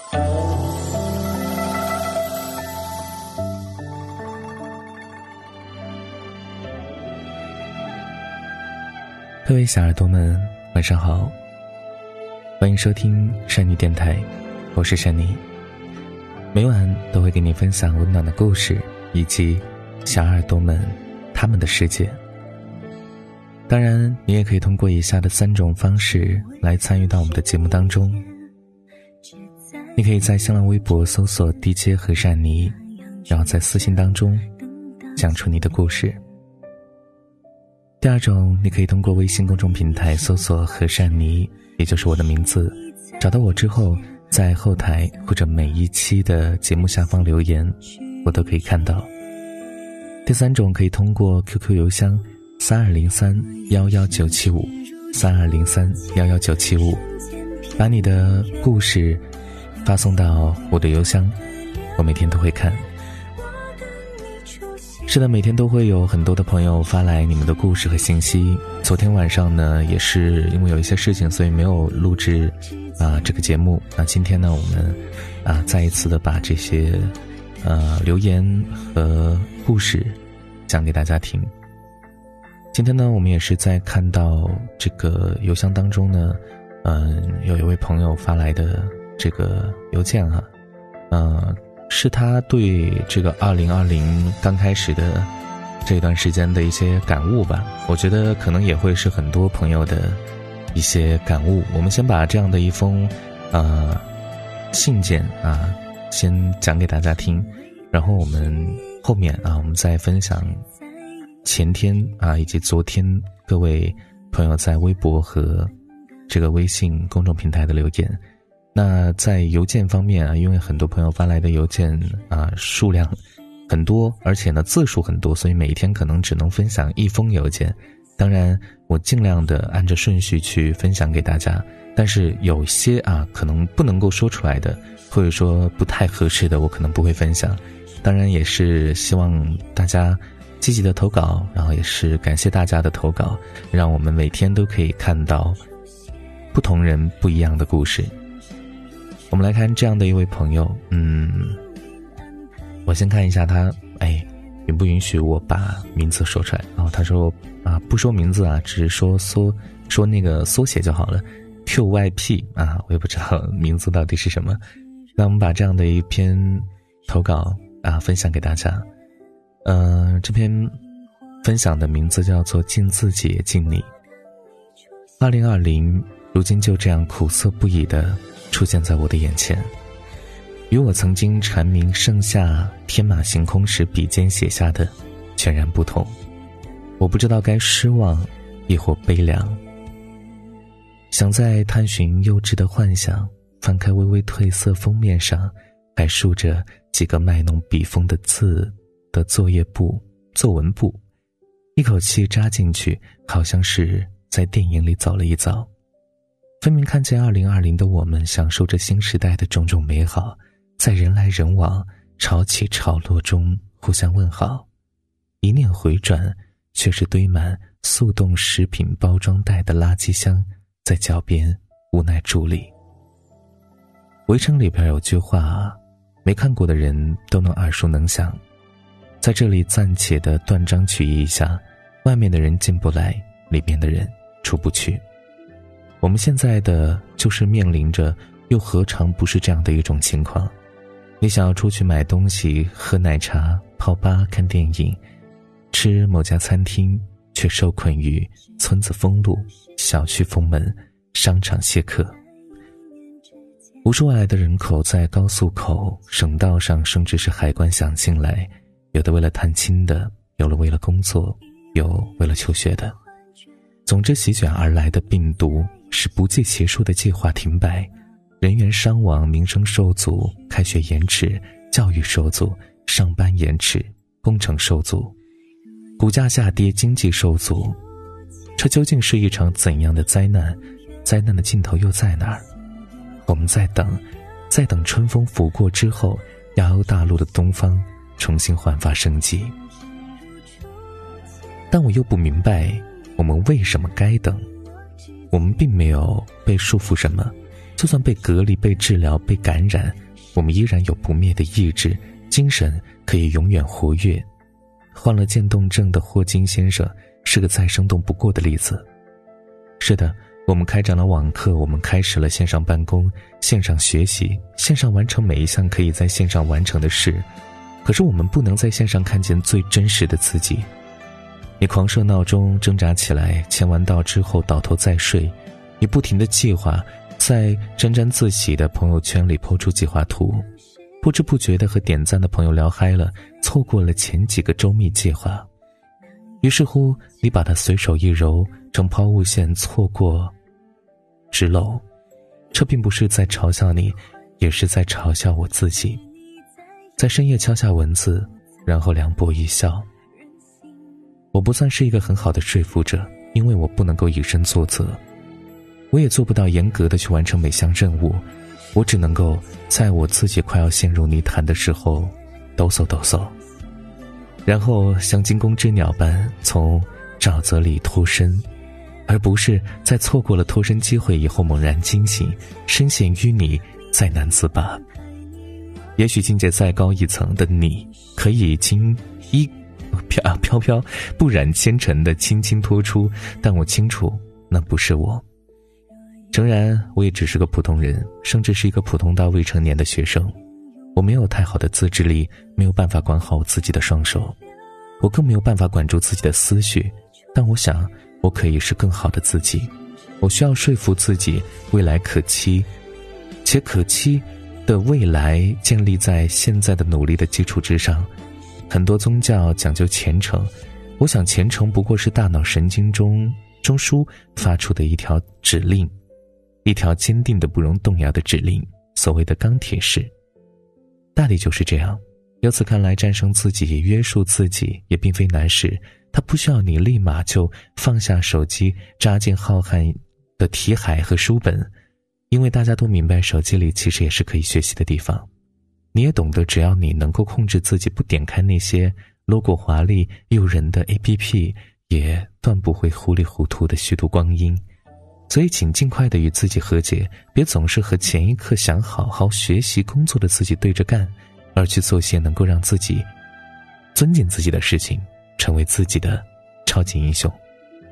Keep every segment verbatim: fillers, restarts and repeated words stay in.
各位小耳朵们晚上好，欢迎收听珊妮电台，我是珊妮，每晚都会给你分享温暖的故事以及小耳朵们他们的世界。当然你也可以通过以下的三种方式来参与到我们的节目当中。你可以在新浪微博搜索 D J 和善妮，然后在私信当中讲出你的故事。第二种，你可以通过微信公众平台搜索和善妮，也就是我的名字，找到我之后在后台或者每一期的节目下方留言，我都可以看到。第三种，可以通过 Q Q 邮箱三二零三一一九七五 三二零三一一九七五，把你的故事发送到我的邮箱，我每天都会看。是的，每天都会有很多的朋友发来你们的故事和信息。昨天晚上呢，也是因为有一些事情，所以没有录制啊、呃、这个节目。那今天呢，我们啊、呃、再一次的把这些呃留言和故事讲给大家听。今天呢，我们也是在看到这个邮箱当中呢，嗯、呃，有一位朋友发来的这个邮件哈，呃。是他对这个二零二零刚开始的这段时间的一些感悟吧，我觉得可能也会是很多朋友的一些感悟。我们先把这样的一封呃信件啊先讲给大家听，然后我们后面啊我们再分享前天啊以及昨天各位朋友在微博和这个微信公众平台的留言。那在邮件方面啊，因为很多朋友发来的邮件啊数量很多，而且呢字数很多，所以每一天可能只能分享一封邮件。当然我尽量的按照顺序去分享给大家，但是有些啊可能不能够说出来的，或者说不太合适的，我可能不会分享。当然也是希望大家积极的投稿，然后也是感谢大家的投稿，让我们每天都可以看到不同人不一样的故事。我们来看这样的一位朋友，嗯，我先看一下他，哎，允不允许我把名字说出来？然后他说啊，不说名字啊，只是说缩说那个缩写就好了 ，Q Y P 啊，我也不知道名字到底是什么。那我们把这样的一篇投稿啊分享给大家。呃，这篇分享的名字叫做《敬自己也敬你》。二零二零如今就这样苦涩不已的出现在我的眼前，与我曾经阐明盛夏天马行空时笔尖写下的全然不同。我不知道该失望亦或悲凉，想在探寻幼稚的幻想，翻开微微褪色封面上还竖着几个卖弄笔锋的字的作业簿作文簿，一口气扎进去，好像是在电影里走了一遭。分明看见二零二零的我们享受着新时代的种种美好，在人来人往潮起潮落中互相问好。一念回转，却是堆满速冻食品包装袋的垃圾箱在脚边无奈伫立。围城里边有句话，没看过的人都能耳熟能详，在这里暂且的断章取义一下，外面的人进不来，里面的人出不去。我们现在的就是面临着又何尝不是这样的一种情况。你想要出去买东西，喝奶茶，泡吧，看电影，吃某家餐厅，却受困于村子封路，小区封门，商场歇课。无数外来的人口在高速口、省道上，甚至是海关想进来，有的为了探亲的，有了为了工作，有为了求学的。总之席卷而来的病毒使不计其数的计划停摆，人员伤亡，民生受阻，开学延迟，教育受阻，上班延迟，工程受阻，股价下跌，经济受阻。这究竟是一场怎样的灾难？灾难的尽头又在哪儿？我们在等，在等春风拂过之后，亚欧大陆的东方重新焕发生机。但我又不明白，我们为什么该等？我们并没有被束缚什么， 就算被隔离、被治疗、被感染，我们依然有不灭的意志，精神可以永远活跃。患了渐冻症的霍金先生是个再生动不过的例子。是的，我们开展了网课，我们开始了线上办公、线上学习，线上完成每一项可以在线上完成的事。可是我们不能在线上看见最真实的自己。你狂设闹钟，挣扎起来，签完到之后倒头再睡，你不停的计划，在沾沾自喜的朋友圈里抛出计划图，不知不觉的和点赞的朋友聊嗨了，错过了前几个周密计划。于是乎，你把它随手一揉，成抛物线，错过直楼。这并不是在嘲笑你，也是在嘲笑我自己。在深夜敲下文字，然后两拨一笑。我不算是一个很好的说服者，因为我不能够以身作则，我也做不到严格的去完成每项任务，我只能够在我自己快要陷入泥潭的时候抖擞抖擞，然后像惊弓之鸟般从沼泽里脱身，而不是在错过了脱身机会以后猛然惊醒，深陷淤泥再难自拔。也许境界再高一层的你，可以轻一飘啊飘飘不染纤尘的轻轻脱出，但我清楚那不是我。诚然，我也只是个普通人，甚至是一个普通到未成年的学生。我没有太好的自制力，没有办法管好我自己的双手，我更没有办法管住自己的思绪。但我想，我可以是更好的自己。我需要说服自己，未来可期，且可期的未来建立在现在的努力的基础之上。很多宗教讲究虔诚，我想虔诚不过是大脑神经中中枢发出的一条指令，一条坚定的不容动摇的指令，所谓的钢铁式。大抵就是这样。由此看来，战胜自己、约束自己也并非难事，它不需要你立马就放下手机，扎进浩瀚的题海和书本，因为大家都明白手机里其实也是可以学习的地方。你也懂得，只要你能够控制自己不点开那些 logo 华丽诱人的 A P P， 也断不会糊里糊涂的虚度光阴。所以请尽快的与自己和解，别总是和前一刻想好好学习工作的自己对着干，而去做些能够让自己尊敬自己的事情，成为自己的超级英雄。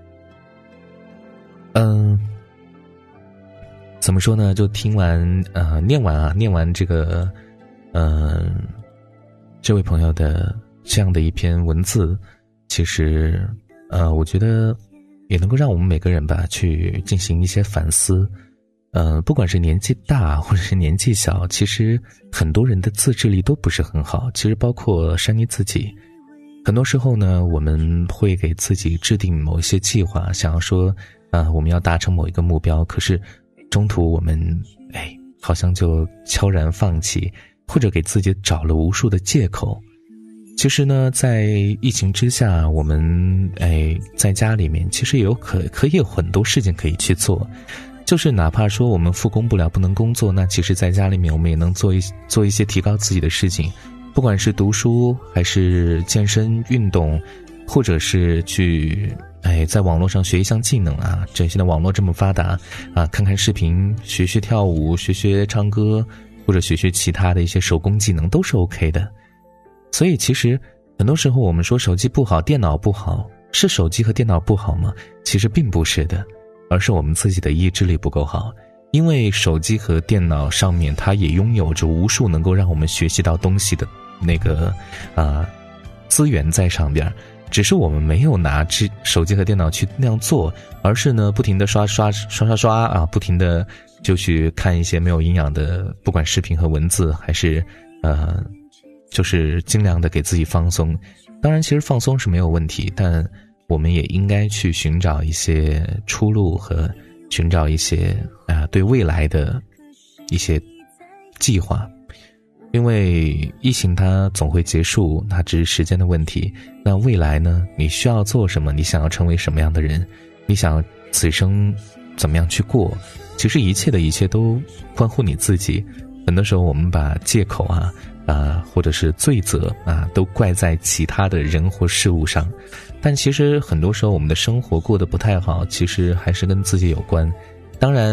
嗯，怎么说呢？就听完呃，念完啊，念完这个嗯、呃，这位朋友的这样的一篇文字，其实呃，我觉得也能够让我们每个人吧去进行一些反思。呃，不管是年纪大或者是年纪小，其实很多人的自制力都不是很好。其实包括珊妮自己，很多时候呢，我们会给自己制定某一些计划，想要说，呃，我们要达成某一个目标，可是中途我们，哎，好像就悄然放弃，或者给自己找了无数的借口。其实呢，在疫情之下，我们哎在家里面，其实也有可可以有很多事情可以去做。就是哪怕说我们复工不了，不能工作，那其实在家里面我们也能做一做一些提高自己的事情，不管是读书还是健身运动，或者是去哎在网络上学一项技能啊，这现在网络这么发达啊，看看视频，学学跳舞，学学唱歌，或者学学其他的一些手工技能都是 OK 的。所以其实很多时候我们说手机不好，电脑不好，是手机和电脑不好吗？其实并不是的，而是我们自己的意志力不够好。因为手机和电脑上面它也拥有着无数能够让我们学习到东西的那个啊、呃、资源在上边，只是我们没有拿这手机和电脑去那样做，而是呢不停的刷刷刷刷刷啊，不停的就去看一些没有营养的，不管视频和文字，还是呃就是尽量的给自己放松。当然其实放松是没有问题，但我们也应该去寻找一些出路和寻找一些啊、呃、对未来的一些计划。因为疫情它总会结束，它只是时间的问题。那未来呢，你需要做什么，你想要成为什么样的人，你想此生怎么样去过，其实一切的一切都关乎你自己。很多时候我们把借口啊啊，或者是罪责啊，都怪在其他的人或事物上，但其实很多时候我们的生活过得不太好，其实还是跟自己有关。当然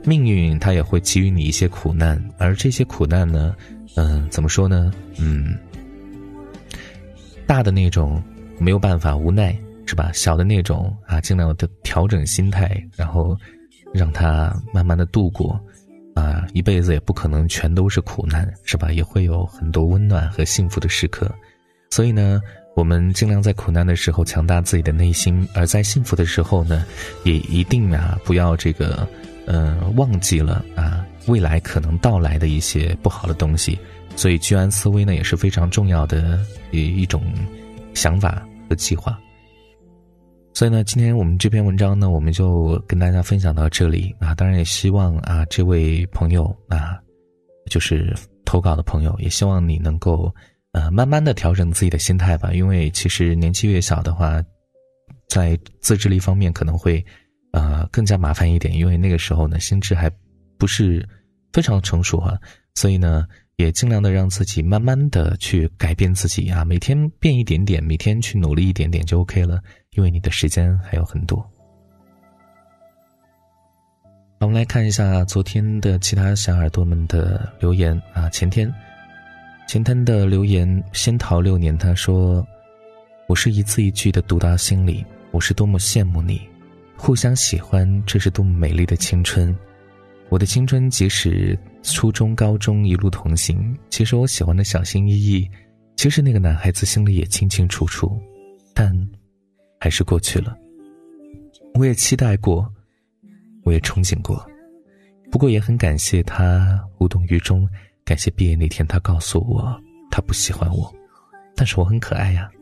命运它也会给予你一些苦难，而这些苦难呢，嗯、呃，怎么说呢？嗯，大的那种没有办法，无奈是吧？小的那种啊，尽量的调整心态，然后让它慢慢的度过。啊，一辈子也不可能全都是苦难，是吧？也会有很多温暖和幸福的时刻。所以呢，我们尽量在苦难的时候强大自己的内心，而在幸福的时候呢，也一定啊不要这个呃忘记了啊未来可能到来的一些不好的东西。所以居安思危呢也是非常重要的一一种想法和计划。所以呢，今天我们这篇文章呢，我们就跟大家分享到这里啊。当然也希望啊，这位朋友啊，就是投稿的朋友，也希望你能够呃慢慢的调整自己的心态吧。因为其实年纪越小的话，在自制力方面可能会呃更加麻烦一点，因为那个时候呢，心智还不是非常成熟啊。所以呢，也尽量的让自己慢慢的去改变自己啊，每天变一点点，每天去努力一点点就 OK 了。因为你的时间还有很多。我们来看一下昨天的其他小耳朵们的留言啊，前天前天的留言，仙桃六年他说，我是一字一句的读到心里，我是多么羡慕你，互相喜欢，这是多么美丽的青春。我的青春即使初中高中一路同行，其实我喜欢的小心翼翼，其实那个男孩子心里也清清楚楚，但还是过去了。我也期待过，我也憧憬过，不过也很感谢他无动于衷，感谢毕业那天他告诉我他不喜欢我，但是我很可爱呀。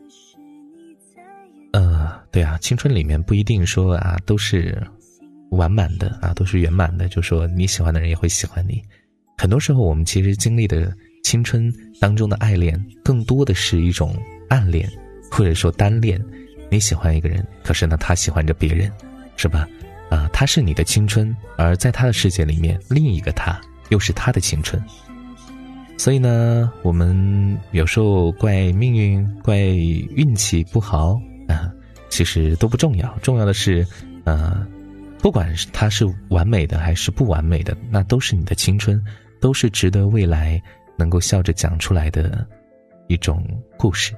呃，对啊，青春里面不一定说啊都是完满的啊，都是圆满的，就说你喜欢的人也会喜欢你。很多时候我们其实经历的青春当中的爱恋，更多的是一种暗恋，或者说单恋。你喜欢一个人，可是呢他喜欢着别人，是吧？啊，他是你的青春，而在他的世界里面，另一个他又是他的青春。所以呢，我们有时候怪命运，怪运气不好啊，其实都不重要，重要的是呃不管是它是完美的还是不完美的，那都是你的青春，都是值得未来能够笑着讲出来的一种故事。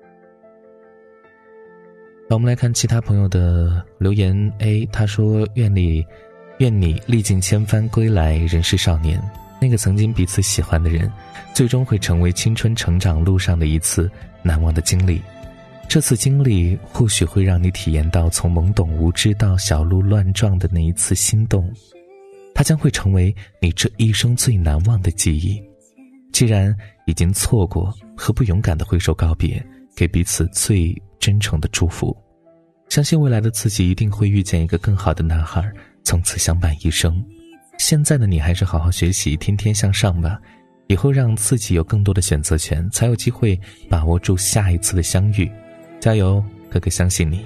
那我们来看其他朋友的留言。 A 他说，愿你愿你历尽千帆归来，仍是少年。那个曾经彼此喜欢的人，最终会成为青春成长路上的一次难忘的经历。这次经历或许会让你体验到从懵懂无知到小鹿乱撞的那一次心动，它将会成为你这一生最难忘的记忆。既然已经错过，何不勇敢地挥手告别，给彼此最真诚的祝福。相信未来的自己一定会遇见一个更好的男孩，从此相伴一生。现在的你还是好好学习，天天向上吧，以后让自己有更多的选择权，才有机会把握住下一次的相遇。加油，哥哥相信你。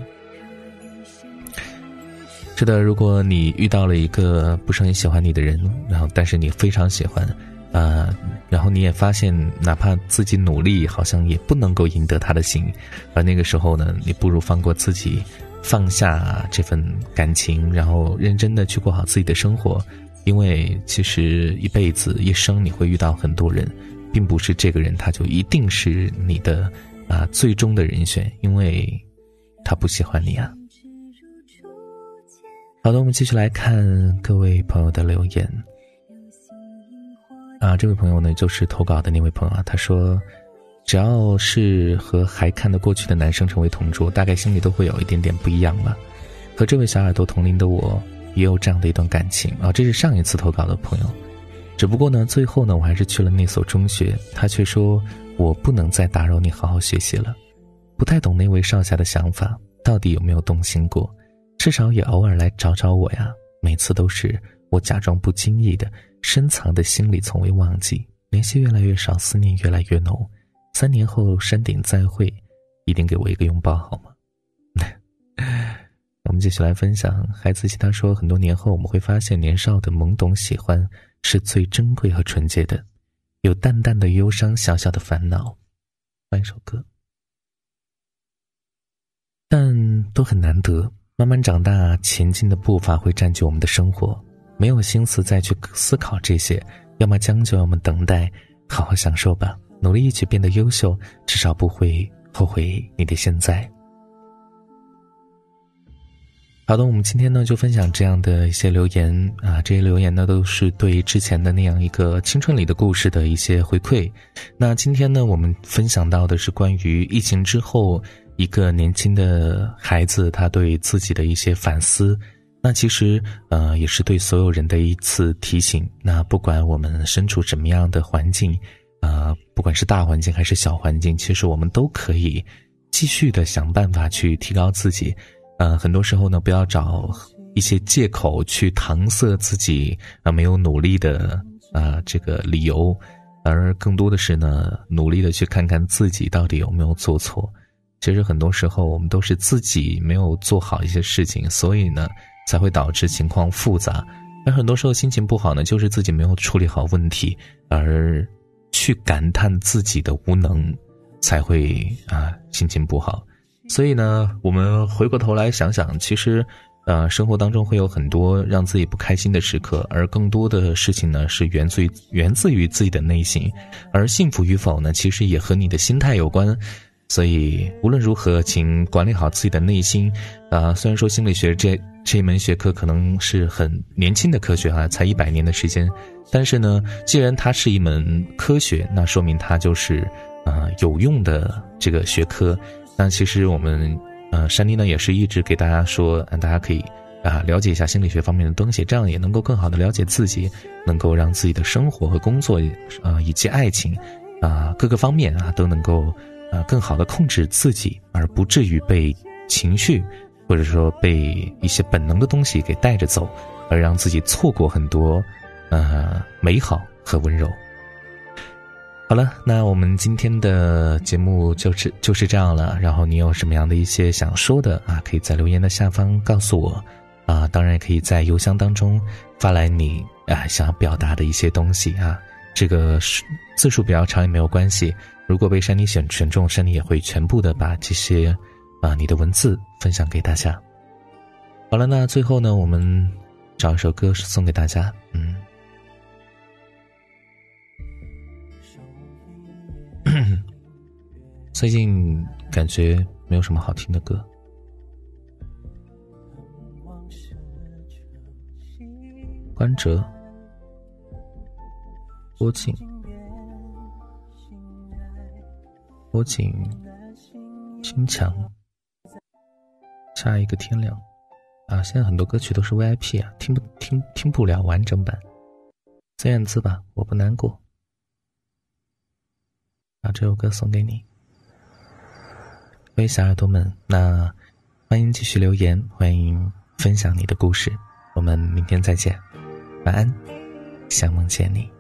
是的，如果你遇到了一个不是很喜欢你的人，然后但是你非常喜欢呃，然后你也发现哪怕自己努力好像也不能够赢得他的心，而那个时候呢，你不如放过自己，放下这份感情，然后认真的去过好自己的生活。因为其实一辈子一生你会遇到很多人，并不是这个人他就一定是你的啊最终的人选，因为他不喜欢你啊。好的，我们继续来看各位朋友的留言啊，这位朋友呢就是投稿的那位朋友啊，他说只要是和还看得过去的男生成为同桌，大概心里都会有一点点不一样吧。和这位小耳朵同龄的我也有这样的一段感情啊，这是上一次投稿的朋友。只不过呢，最后呢，我还是去了那所中学，他却说我不能再打扰你好好学习了。不太懂那位少侠的想法，到底有没有动心过？至少也偶尔来找找我呀。每次都是我假装不经意的，深藏的心里从未忘记。联系越来越少，思念越来越浓。三年后山顶再会，一定给我一个拥抱好吗？我们继续来分享。孩子气他说，很多年后我们会发现，年少的懵懂喜欢是最珍贵和纯洁的，有淡淡的忧伤，小小的烦恼。换一首歌，但都很难得。慢慢长大，前进的步伐会占据我们的生活， 没有心思再去思考这些，要么将就，要么等待，好好享受吧，努力一起变得优秀，至少不会后悔你的现在。好的，我们今天呢就分享这样的一些留言啊，这些留言呢都是对之前的那样一个青春里的故事的一些回馈。那今天呢我们分享到的是关于疫情之后一个年轻的孩子他对自己的一些反思。那其实呃也是对所有人的一次提醒，那不管我们身处什么样的环境，呃不管是大环境还是小环境，其实我们都可以继续的想办法去提高自己。呃，很多时候呢，不要找一些借口去搪塞自己啊、呃、没有努力的啊、呃、这个理由，而更多的是呢，努力的去看看自己到底有没有做错。其实很多时候我们都是自己没有做好一些事情，所以呢才会导致情况复杂。而很多时候心情不好呢，就是自己没有处理好问题，而去感叹自己的无能，才会啊心情不好。所以呢我们回过头来想想，其实呃，生活当中会有很多让自己不开心的时刻，而更多的事情呢是源自于源自于自己的内心，而幸福与否呢其实也和你的心态有关。所以无论如何请管理好自己的内心啊、呃，虽然说心理学这这一门学科可能是很年轻的科学啊，才一百年的时间，但是呢既然它是一门科学，那说明它就是呃有用的这个学科。那其实我们呃珊妮呢也是一直给大家说，呃、大家可以啊、呃、了解一下心理学方面的东西，这样也能够更好的了解自己，能够让自己的生活和工作啊、呃、以及爱情啊、呃、各个方面啊都能够啊、呃、更好的控制自己，而不至于被情绪或者说被一些本能的东西给带着走，而让自己错过很多呃美好和温柔。好了，那我们今天的节目就是就是这样了。然后你有什么样的一些想说的啊，可以在留言的下方告诉我啊，当然也可以在邮箱当中发来你啊想要表达的一些东西啊。这个字数比较长也没有关系，如果被珊妮选选中，珊妮也会全部的把这些啊你的文字分享给大家。好了，那最后呢，我们找一首歌送给大家，嗯。最近感觉没有什么好听的歌，关喆、郭靖、郭靖、心强，下一个天亮啊！现在很多歌曲都是 V I P 啊，听不听听不了完整版。孙燕姿吧，我不难过。把这首歌送给你。各位小耳朵们，那欢迎继续留言，欢迎分享你的故事，我们明天再见，晚安，想梦见你。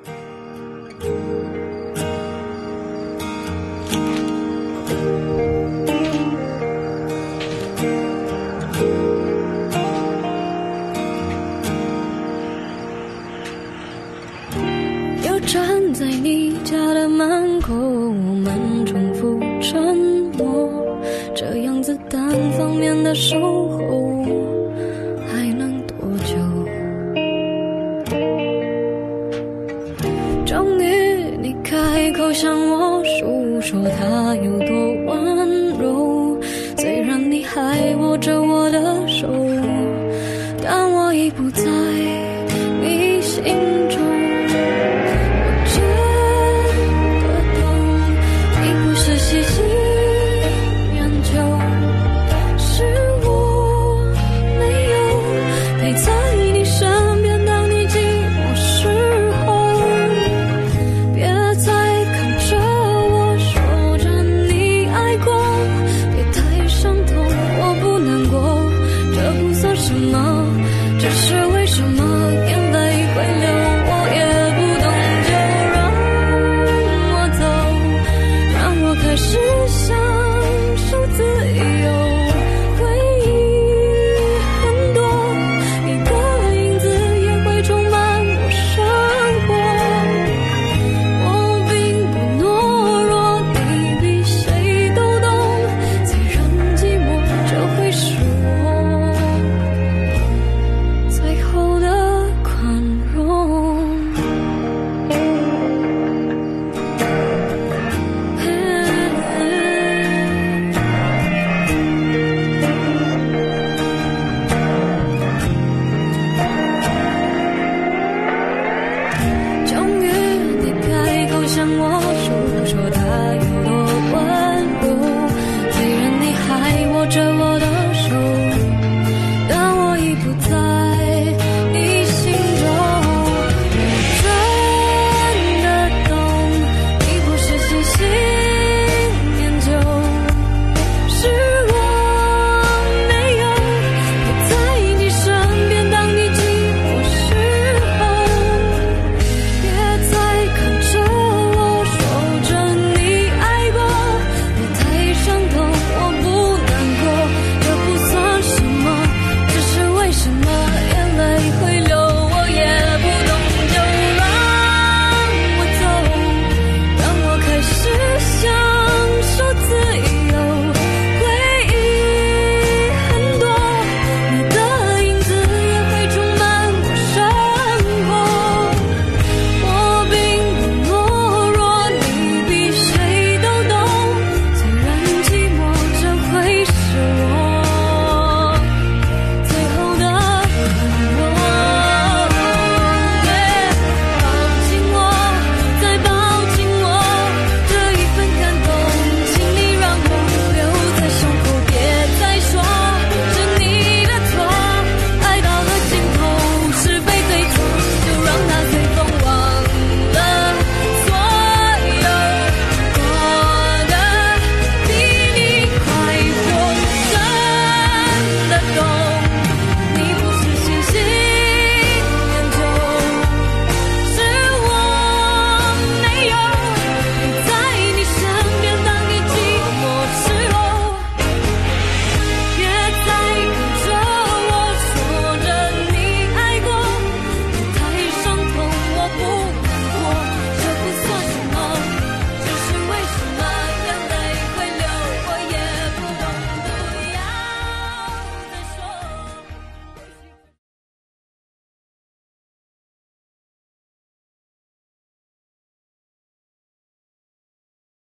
又站在你家的门口，我们重复沉默，这样子单方面的守候还能多久？终于你开口向我诉说他有多温柔，虽然你还握着我